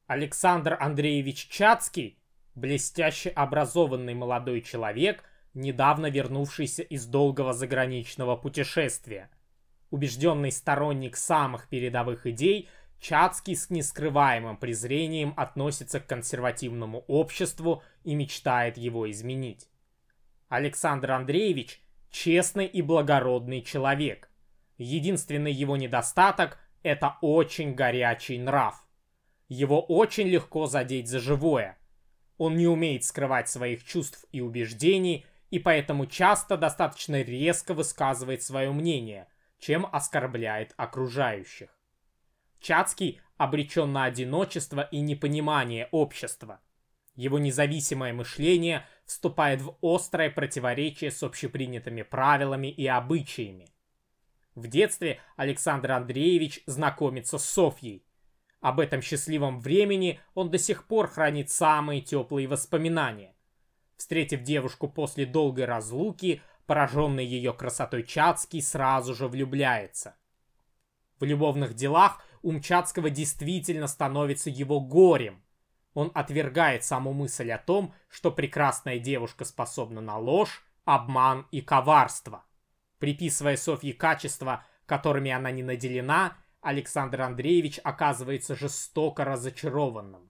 Александр Андреевич Чацкий — блестяще образованный молодой человек, недавно вернувшийся из долгого заграничного путешествия. Убежденный сторонник самых передовых идей, Чацкий с нескрываемым презрением относится к консервативному обществу и мечтает его изменить. Александр Андреевич — честный и благородный человек. Единственный его недостаток — это очень горячий нрав. Его очень легко задеть за живое. Он не умеет скрывать своих чувств и убеждений, и поэтому часто достаточно резко высказывает свое мнение, чем оскорбляет окружающих. Чацкий обречен на одиночество и непонимание общества. Его независимое мышление вступает в острое противоречие с общепринятыми правилами и обычаями. В детстве Александр Андреевич знакомится с Софьей. Об этом счастливом времени он до сих пор хранит самые теплые воспоминания. Встретив девушку после долгой разлуки, пораженный ее красотой Чацкий сразу же влюбляется. В любовных делах ум Чацкого действительно становится его горем. Он отвергает саму мысль о том, что прекрасная девушка способна на ложь, обман и коварство. Приписывая Софье качества, которыми она не наделена, Александр Андреевич оказывается жестоко разочарованным.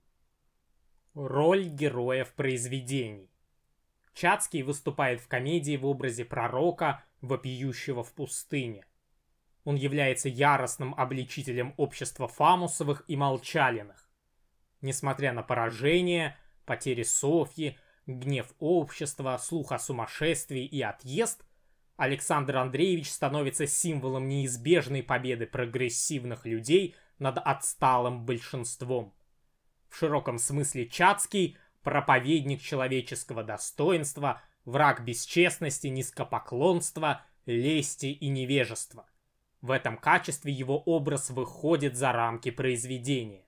Роль героев произведений. Чацкий выступает в комедии в образе пророка, вопиющего в пустыне. Он является яростным обличителем общества Фамусовых и Молчалиных. Несмотря на поражение, потери Софьи, гнев общества, слух о сумасшествии и отъезд, Александр Андреевич становится символом неизбежной победы прогрессивных людей над отсталым большинством. В широком смысле Чацкий — проповедник человеческого достоинства, враг бесчестности, низкопоклонства, лести и невежества. В этом качестве его образ выходит за рамки произведения.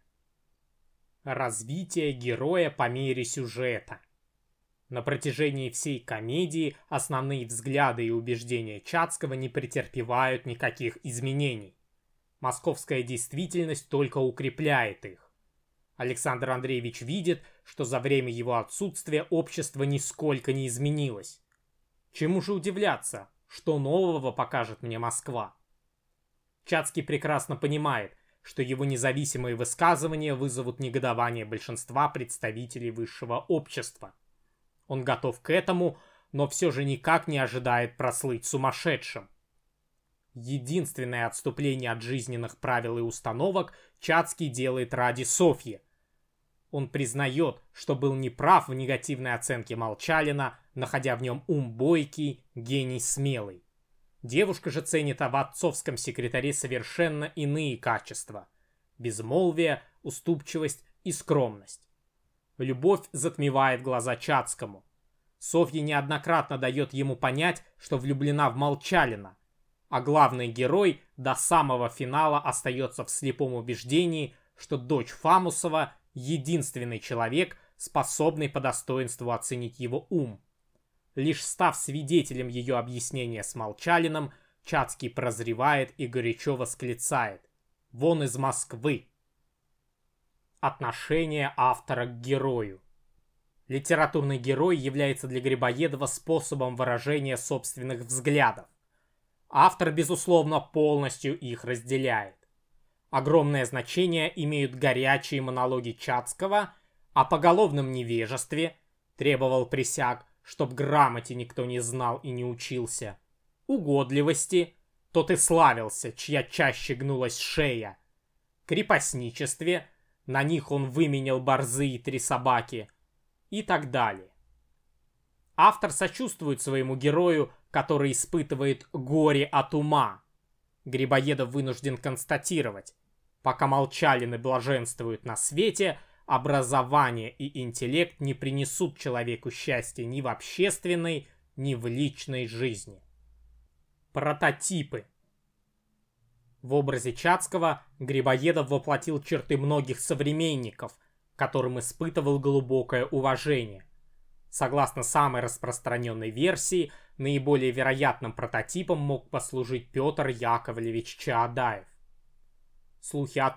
Развитие героя по мере сюжета. На протяжении всей комедии основные взгляды и убеждения Чацкого не претерпевают никаких изменений. Московская действительность только укрепляет их. Александр Андреевич видит, что за время его отсутствия общество нисколько не изменилось. Чему же удивляться, что нового покажет мне Москва? Чацкий прекрасно понимает, что его независимые высказывания вызовут негодование большинства представителей высшего общества. Он готов к этому, но все же никак не ожидает прослыть сумасшедшим. Единственное отступление от жизненных правил и установок Чацкий делает ради Софьи. Он признает, что был неправ в негативной оценке Молчалина, находя в нем ум бойкий, гений смелый. Девушка же ценит в отцовском секретаре совершенно иные качества: безмолвие, уступчивость и скромность. Любовь затмевает глаза Чацкому. Софья неоднократно дает ему понять, что влюблена в Молчалина, а главный герой до самого финала остается в слепом убеждении, что дочь Фамусова — единственный человек, способный по достоинству оценить его ум. Лишь став свидетелем ее объяснения с Молчалиным, Чацкий прозревает и горячо восклицает: «Вон из Москвы!» Отношение автора к герою. Литературный герой является для Грибоедова способом выражения собственных взглядов. Автор, безусловно, полностью их разделяет. Огромное значение имеют горячие монологи Чацкого о поголовном невежестве, требовал присяг, чтоб грамоте никто не знал и не учился, угодливости, тот и славился, чья чаще гнулась шея, крепостничестве, на них он выменял борзы и 3 собаки, и так далее. Автор сочувствует своему герою, который испытывает горе от ума. Грибоедов вынужден констатировать: пока Молчалины блаженствуют на свете, образование и интеллект не принесут человеку счастья ни в общественной, ни в личной жизни. Прототипы. В образе Чацкого Грибоедов воплотил черты многих современников, которым испытывал глубокое уважение. Согласно самой распространенной версии, наиболее вероятным прототипом мог послужить Петр Яковлевич Чаадаев. Слухи о том,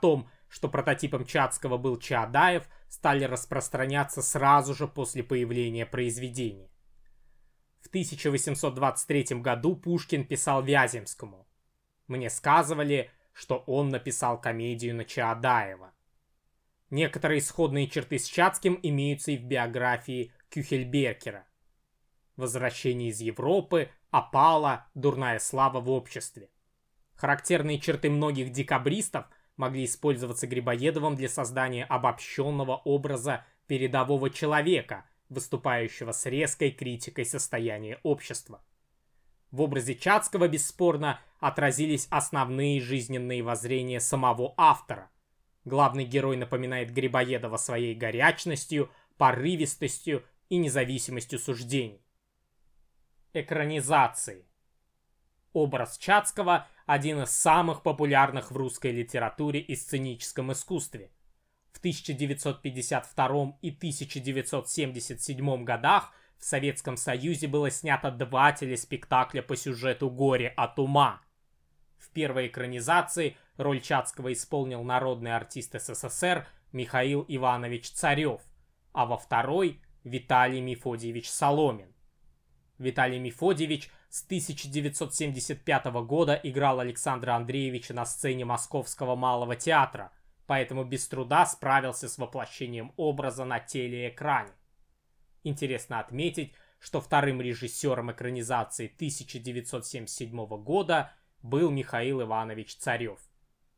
что прототипом Чацкого был Чаадаев, стали распространяться сразу же после появления произведения. В 1823 году Пушкин писал Вяземскому: «Мне сказывали, что он написал комедию на Чаадаева». Некоторые сходные черты с Чацким имеются и в биографии Кюхельбекера. «Возвращение из Европы», «Опала», «Дурная слава в обществе». Характерные черты многих декабристов могли использоваться Грибоедовым для создания обобщенного образа передового человека, выступающего с резкой критикой состояния общества. В образе Чацкого, бесспорно, отразились основные жизненные воззрения самого автора. Главный герой напоминает Грибоедова своей горячностью, порывистостью и независимостью суждений. Экранизации. Образ Чацкого – один из самых популярных в русской литературе и сценическом искусстве. В 1952 и 1977 годах в Советском Союзе было снято 2 телеспектакля по сюжету «Горе от ума». В первой экранизации роль Чацкого исполнил народный артист СССР Михаил Иванович Царев, а во второй – Виталий Мефодиевич Соломин. Виталий Мефодиевич с 1975 года играл Александра Андреевича на сцене Московского малого театра, поэтому без труда справился с воплощением образа на телеэкране. Интересно отметить, что вторым режиссером экранизации 1977 года был Михаил Иванович Царев.